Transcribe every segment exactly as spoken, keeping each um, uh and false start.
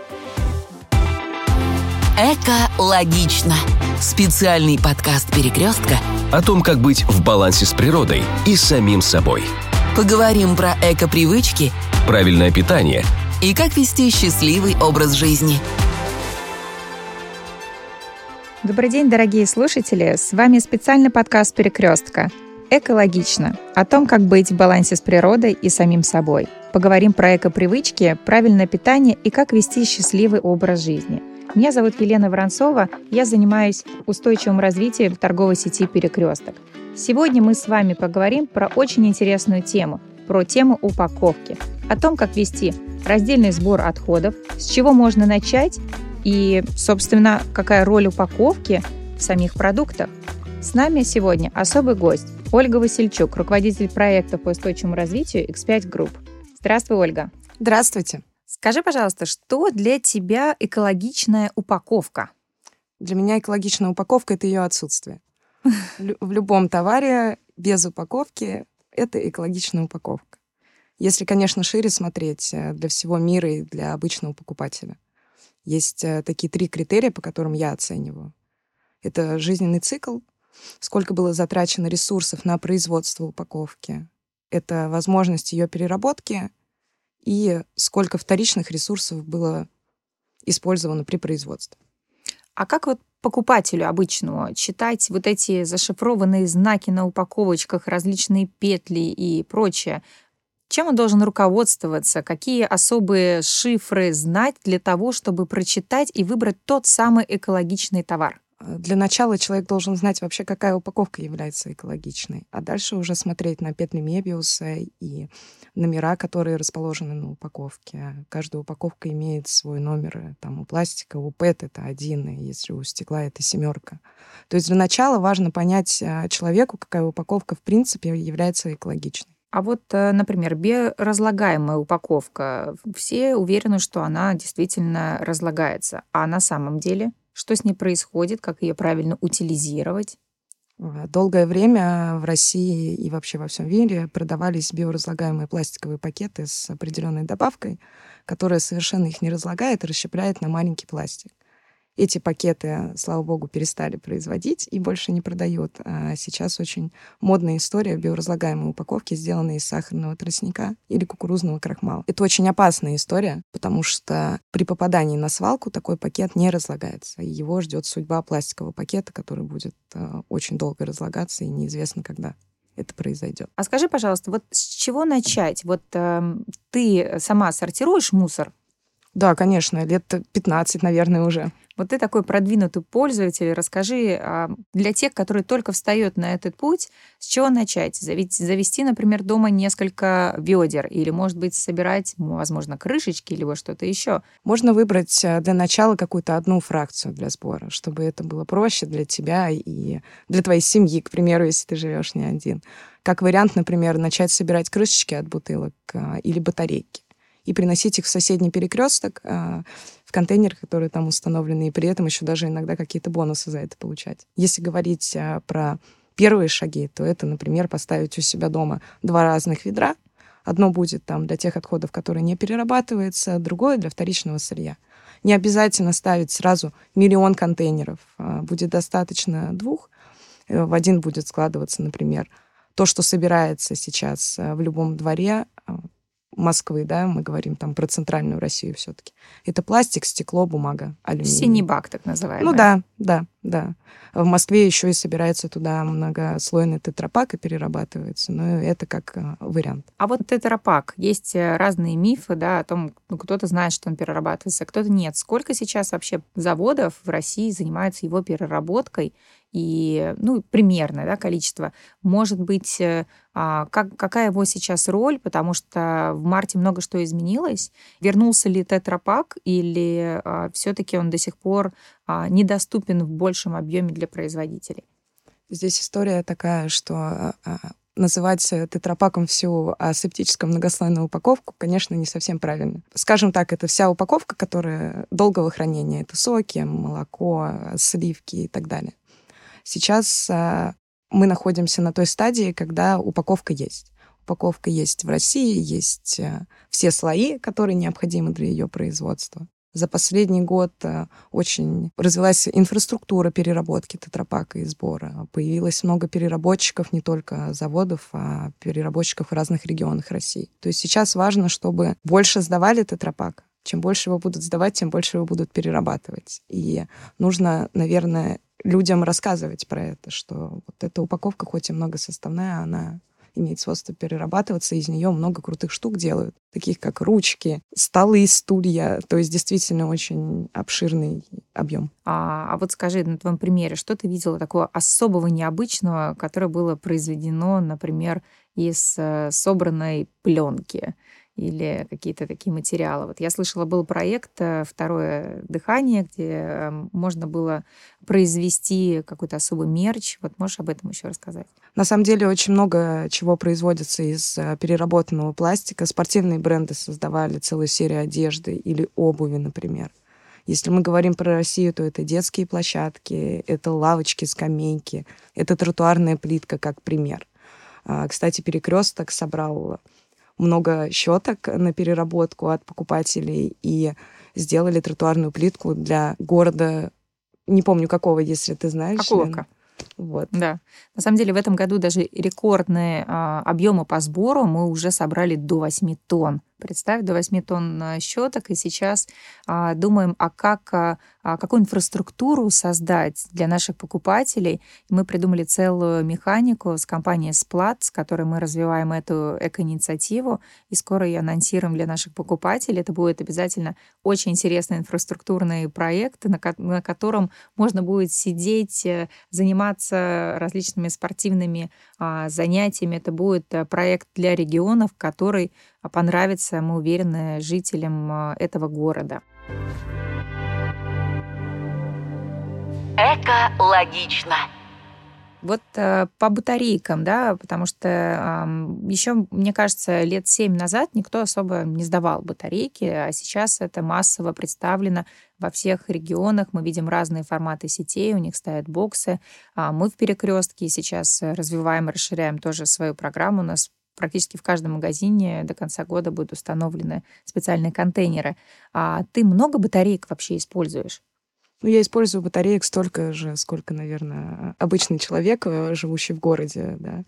Экологично. Специальный подкаст «Перекрестка» о том, как быть в балансе с природой и самим собой. Поговорим про эко-привычки, правильное питание и как вести счастливый образ жизни. Добрый день, дорогие слушатели! С вами специальный подкаст «Перекрестка» «Экологично» о том, как быть в балансе с природой и самим собой. Поговорим про эко-привычки, правильное питание и как вести счастливый образ жизни. Меня зовут Елена Воронцова, я занимаюсь устойчивым развитием торговой сети «Перекресток». Сегодня мы с вами поговорим про очень интересную тему, про тему упаковки, о том, как вести раздельный сбор отходов, с чего можно начать и, собственно, какая роль упаковки в самих продуктах. С нами сегодня особый гость Ольга Васильчук, руководитель проекта по устойчивому развитию икс пять Group. Здравствуй, Ольга. Здравствуйте. Скажи, пожалуйста, что для тебя экологичная упаковка? Для меня экологичная упаковка — это ее отсутствие. В любом товаре без упаковки — это экологичная упаковка. Если, конечно, шире смотреть для всего мира и для обычного покупателя. Есть такие три критерия, по которым я оцениваю. Это жизненный цикл, сколько было затрачено ресурсов на производство упаковки. Это возможность ее переработки и сколько вторичных ресурсов было использовано при производстве. А как вот покупателю обычному читать вот эти зашифрованные знаки на упаковочках, различные петли и прочее? Чем он должен руководствоваться? Какие особые шифры знать для того, чтобы прочитать и выбрать тот самый экологичный товар? Для начала человек должен знать вообще, какая упаковка является экологичной, а дальше уже смотреть на петли Мебиуса и номера, которые расположены на упаковке. Каждая упаковка имеет свой номер. Там у пластика, у пэт это один, и если у стекла это семерка. То есть для начала важно понять человеку, какая упаковка в принципе является экологичной. А вот, например, биоразлагаемая упаковка. Все уверены, что она действительно разлагается. А на самом деле, что с ней происходит, как ее правильно утилизировать? Долгое время в России и вообще во всем мире продавались биоразлагаемые пластиковые пакеты с определенной добавкой, которая совершенно их не разлагает и расщепляет на маленький пластик. Эти пакеты, слава богу, перестали производить и больше не продают. А сейчас очень модная история биоразлагаемой упаковки, сделанной из сахарного тростника или кукурузного крахмала. Это очень опасная история, потому что при попадании на свалку такой пакет не разлагается. И его ждет судьба пластикового пакета, который будет э, очень долго разлагаться, и неизвестно, когда это произойдет. А скажи, пожалуйста, вот с чего начать? Вот э, ты сама сортируешь мусор? Да, конечно, лет пятнадцать, наверное, уже. Вот ты такой продвинутый пользователь. Расскажи, для тех, которые только встают на этот путь, с чего начать? Завести, например, дома несколько ведер или, может быть, собирать, возможно, крышечки или вот что-то еще? Можно выбрать для начала какую-то одну фракцию для сбора, чтобы это было проще для тебя и для твоей семьи, к примеру, если ты живешь не один. Как вариант, например, начать собирать крышечки от бутылок или батарейки и приносить их в соседний перекресток э, в контейнер, которые там установлены, и при этом еще даже иногда какие-то бонусы за это получать. Если говорить э, про первые шаги, то это, например, поставить у себя дома два разных ведра. Одно будет там для тех отходов, которые не перерабатываются, другое для вторичного сырья. Не обязательно ставить сразу миллион контейнеров. Э, будет достаточно двух. Э, в один будет складываться, например, то, что собирается сейчас э, в любом дворе, э, Москвы, да, мы говорим там про центральную Россию все-таки. Это пластик, стекло, бумага, алюминий. Синий бак, так называемый. Ну да, да, да. В Москве еще и собирается туда многослойный тетрапак и перерабатывается, но это как вариант. А вот тетрапак, есть разные мифы, да, о том, ну, кто-то знает, что он перерабатывается, а кто-то нет. Сколько сейчас вообще заводов в России занимаются его переработкой? И, ну, примерное, да, количество. Может быть, а, как, какая его сейчас роль, потому что в марте много что изменилось. Вернулся ли тетрапак или а, все-таки он до сих пор а, недоступен в большем объеме для производителей? Здесь история такая, что а, называть тетрапаком всю асептическую многослойную упаковку, конечно, не совсем правильно. Скажем так, это вся упаковка, которая долгого хранения. Это соки, молоко, сливки и так далее. Сейчас а, мы находимся на той стадии, когда упаковка есть. Упаковка есть в России, есть а, все слои, которые необходимы для ее производства. За последний год очень развилась инфраструктура переработки тетрапака и сбора. Появилось много переработчиков, не только заводов, а переработчиков в разных регионах России. То есть сейчас важно, чтобы больше сдавали тетрапак. Чем больше его будут сдавать, тем больше его будут перерабатывать. И нужно, наверное, людям рассказывать про это, что вот эта упаковка, хоть и многосоставная, она имеет свойство перерабатываться, из нее много крутых штук делают, таких как ручки, столы, стулья, то есть действительно очень обширный объем. А, а вот скажи, на твоем примере, что ты видела такого особого, необычного, которое было произведено, например, из э, собранной пленки или какие-то такие материалы? Вот я слышала, был проект э, «Второе дыхание», где э, можно было произвести какой-то особый мерч. Вот можешь об этом еще рассказать? На самом деле очень много чего производится из э, переработанного пластика. Спортивные бренды создавали целую серию одежды или обуви, например. Если мы говорим про Россию, то это детские площадки, это лавочки, скамейки, это тротуарная плитка, как пример. А, кстати, «Перекресток» собрал много щеток на переработку от покупателей и сделали тротуарную плитку для города, не помню какого, если ты знаешь. Окуловка. Вот. Да. На самом деле в этом году даже рекордные а, объемы по сбору мы уже собрали до восьми тонн. Представь, до восьми тонн щеток, и сейчас а, думаем, а как, а, какую инфраструктуру создать для наших покупателей. Мы придумали целую механику с компанией Сплат, с которой мы развиваем эту эко-инициативу, и скоро ее анонсируем для наших покупателей. Это будет обязательно очень интересный инфраструктурный проект, на, ко- на котором можно будет сидеть, заниматься различными спортивными а, занятиями. Это будет а, проект для регионов, который понравится, мы уверены, жителям этого города. Экологично. Вот э, по батарейкам, да, потому что э, еще, мне кажется, лет семь назад никто особо не сдавал батарейки, а сейчас это массово представлено во всех регионах. Мы видим разные форматы сетей, у них стоят боксы. А мы в «Перекрестке» сейчас развиваем и расширяем тоже свою программу. У нас практически в каждом магазине до конца года будут установлены специальные контейнеры. А ты много батареек вообще используешь? Ну, я использую батареек столько же, сколько, наверное, обычный человек, живущий в городе, да.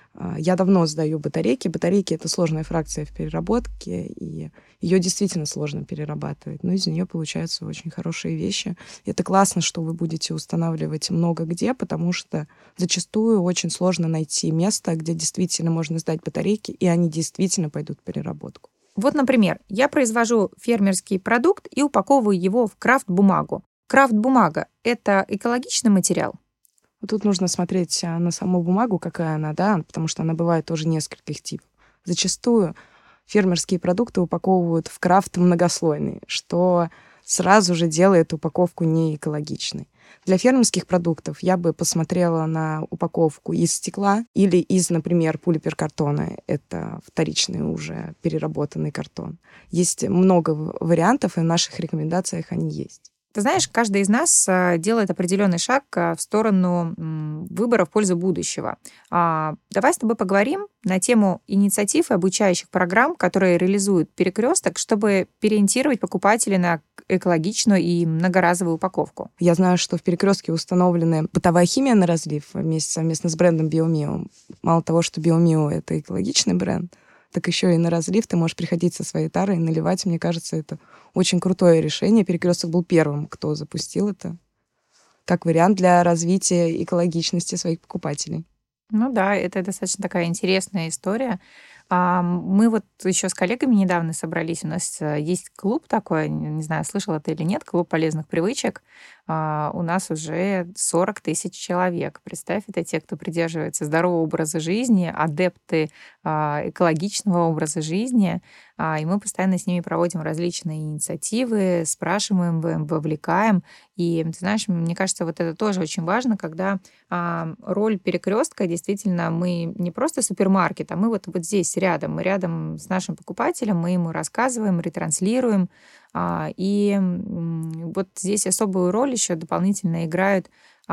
Я давно сдаю батарейки. Батарейки — это сложная фракция в переработке, и ее действительно сложно перерабатывать. Но из нее получаются очень хорошие вещи. И это классно, что вы будете устанавливать много где, потому что зачастую очень сложно найти место, где действительно можно сдать батарейки, и они действительно пойдут в переработку. Вот, например, я произвожу фермерский продукт и упаковываю его в крафт-бумагу. Крафт-бумага — это экологичный материал? Тут нужно смотреть на саму бумагу, какая она, да, потому что она бывает тоже нескольких типов. Зачастую фермерские продукты упаковывают в крафт многослойный, что сразу же делает упаковку не экологичной. Для фермерских продуктов я бы посмотрела на упаковку из стекла или из, например, полипропилена. Это вторичный уже переработанный картон. Есть много вариантов, и в наших рекомендациях они есть. Ты знаешь, каждый из нас делает определенный шаг в сторону выбора в пользу будущего. Давай с тобой поговорим на тему инициатив и обучающих программ, которые реализует «Перекресток», чтобы переориентировать покупателей на экологичную и многоразовую упаковку. Я знаю, что в «Перекрестке» установлена бытовая химия на разлив вместе, совместно с брендом «Биомио». Мало того, что «Биомио» — это экологичный бренд, так еще и на разлив ты можешь приходить со своей тарой и наливать. Мне кажется, это очень крутое решение. «Перекресток» был первым, кто запустил это как вариант для развития экологичности своих покупателей. Ну да, это достаточно такая интересная история. Мы вот еще с коллегами недавно собрались. У нас есть клуб такой, не знаю, слышала ты или нет, клуб полезных привычек. У нас уже сорок тысяч человек. Представь, это те, кто придерживается здорового образа жизни, адепты экологичного образа жизни. И мы постоянно с ними проводим различные инициативы, спрашиваем, вовлекаем. И, ты знаешь, мне кажется, вот это тоже очень важно, когда роль «Перекрестка» действительно мы не просто супермаркет, а мы вот, вот здесь рядом. Мы рядом с нашим покупателем, мы ему рассказываем, ретранслируем. И вот здесь особую роль еще дополнительно играют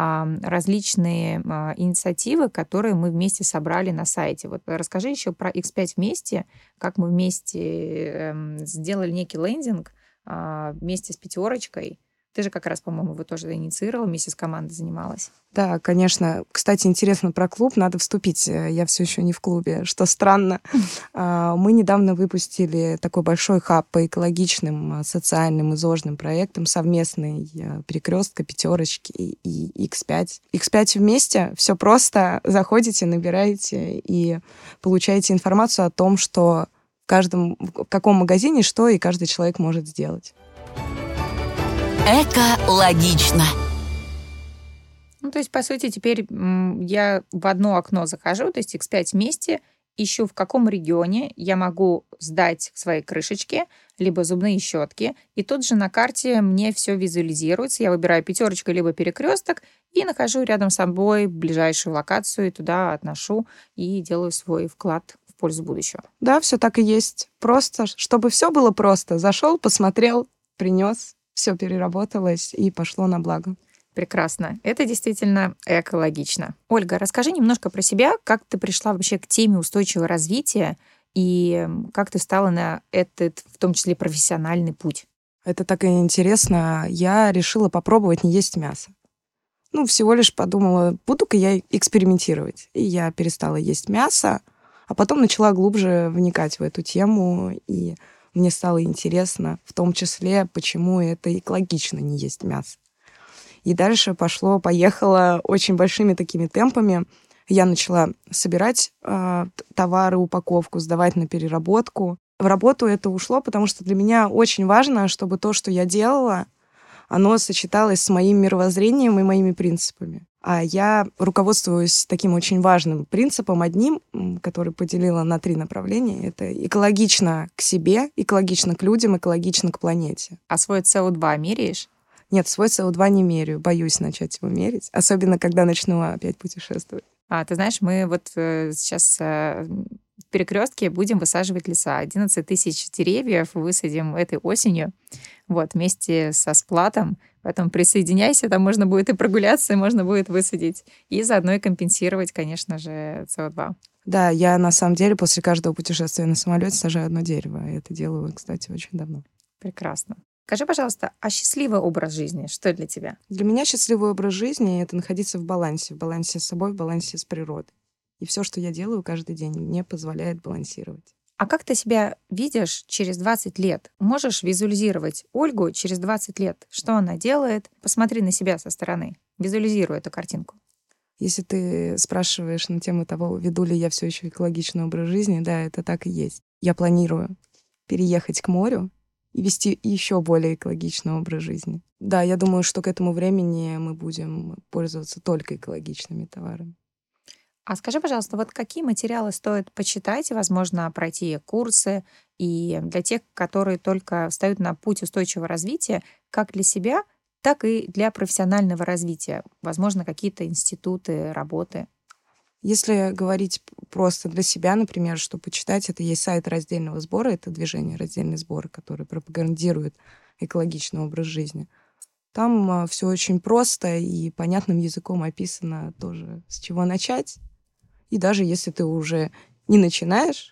различные инициативы, которые мы вместе собрали на сайте. Вот расскажи еще про икс пять вместе, как мы вместе сделали некий лендинг, а, вместе с пятерочкой. Ты же как раз, по-моему, его тоже инициировала, вместе с командой занималась. Да, конечно. Кстати, интересно про клуб, надо вступить. Я все еще не в клубе, что странно. Мы недавно выпустили такой большой хаб по экологичным, социальным и зожным проектам, совместный «Перекрестка», «Пятерочки» и икс пять. икс пять вместе, все просто. Заходите, набираете и получаете информацию о том, что в каждом, в каком магазине что и каждый человек может сделать. Экологично. Ну, то есть, по сути, теперь м, я в одно окно захожу, то есть икс пять вместе, ищу, в каком регионе я могу сдать свои крышечки, либо зубные щетки, и тут же на карте мне все визуализируется. Я выбираю пятерочку либо перекресток и нахожу рядом с собой ближайшую локацию, и туда отношу и делаю свой вклад в пользу будущего. Да, все так и есть. Просто, чтобы все было просто. Зашел, посмотрел, принес, все переработалось и пошло на благо. Прекрасно. Это действительно экологично. Ольга, расскажи немножко про себя, как ты пришла вообще к теме устойчивого развития и как ты встала на этот, в том числе, профессиональный путь. Это так и интересно. Я решила попробовать не есть мясо. Ну, всего лишь подумала, буду-ка я экспериментировать. И я перестала есть мясо, а потом начала глубже вникать в эту тему, и мне стало интересно, в том числе, почему это экологично не есть мясо. И дальше пошло-поехало очень большими такими темпами. Я начала собирать э, товары, упаковку, сдавать на переработку. В работу это ушло, потому что для меня очень важно, чтобы то, что я делала, оно сочеталось с моим мировоззрением и моими принципами. А я руководствуюсь таким очень важным принципом, одним, который поделила на три направления. Это экологично к себе, экологично к людям, экологично к планете. А свой си о два меряешь? Нет, свой си о два не меряю. Боюсь начать его мерить. Особенно, когда начну опять путешествовать. А, ты знаешь, мы вот э, сейчас э, в Перекрестке будем высаживать леса. одиннадцать тысяч деревьев высадим этой осенью. Вот, вместе со сплатом. Поэтому присоединяйся, там можно будет и прогуляться, и можно будет высадить. И заодно и компенсировать, конечно же, си о два. Да, я на самом деле после каждого путешествия на самолете сажаю одно дерево. И это делаю, кстати, очень давно. Прекрасно. Скажи, пожалуйста, а счастливый образ жизни, что для тебя? Для меня счастливый образ жизни — это находиться в балансе. В балансе с собой, в балансе с природой. И все, что я делаю каждый день, мне позволяет балансировать. А как ты себя видишь через двадцать лет? Можешь визуализировать Ольгу через двадцать лет? Что она делает? Посмотри на себя со стороны. Визуализируй эту картинку. Если ты спрашиваешь на тему того, веду ли я все еще экологичный образ жизни, да, это так и есть. Я планирую переехать к морю и вести еще более экологичный образ жизни. Да, я думаю, что к этому времени мы будем пользоваться только экологичными товарами. А скажи, пожалуйста, вот какие материалы стоит почитать, возможно, пройти курсы, и для тех, которые только встают на путь устойчивого развития, как для себя, так и для профессионального развития? Возможно, какие-то институты, работы? Если говорить просто для себя, например, что почитать, это есть сайт раздельного сбора, это движение «Раздельный сбор», которое пропагандирует экологичный образ жизни. Там все очень просто и понятным языком описано тоже, с чего начать. И даже если ты уже не начинаешь,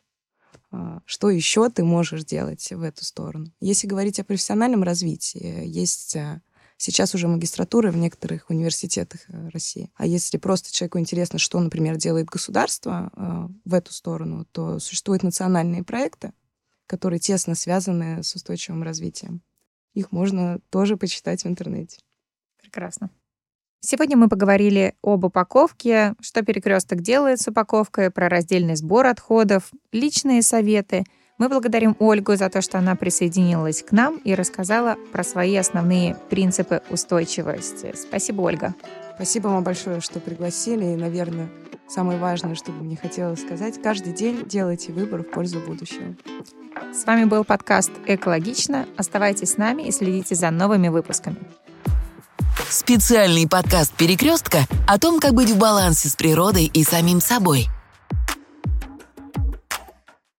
что еще ты можешь делать в эту сторону. Если говорить о профессиональном развитии, есть сейчас уже магистратуры в некоторых университетах России. А если просто человеку интересно, что, например, делает государство э, в эту сторону, то существуют национальные проекты, которые тесно связаны с устойчивым развитием. Их можно тоже почитать в интернете. Прекрасно. Сегодня мы поговорили об упаковке, что Перекресток делает с упаковкой, про раздельный сбор отходов, личные советы. Мы благодарим Ольгу за то, что она присоединилась к нам и рассказала про свои основные принципы устойчивости. Спасибо, Ольга. Спасибо вам большое, что пригласили. И, наверное, самое важное, что бы мне хотелось сказать, каждый день делайте выбор в пользу будущего. С вами был подкаст «Экологично». Оставайтесь с нами и следите за новыми выпусками. Специальный подкаст «Перекрестка» о том, как быть в балансе с природой и самим собой.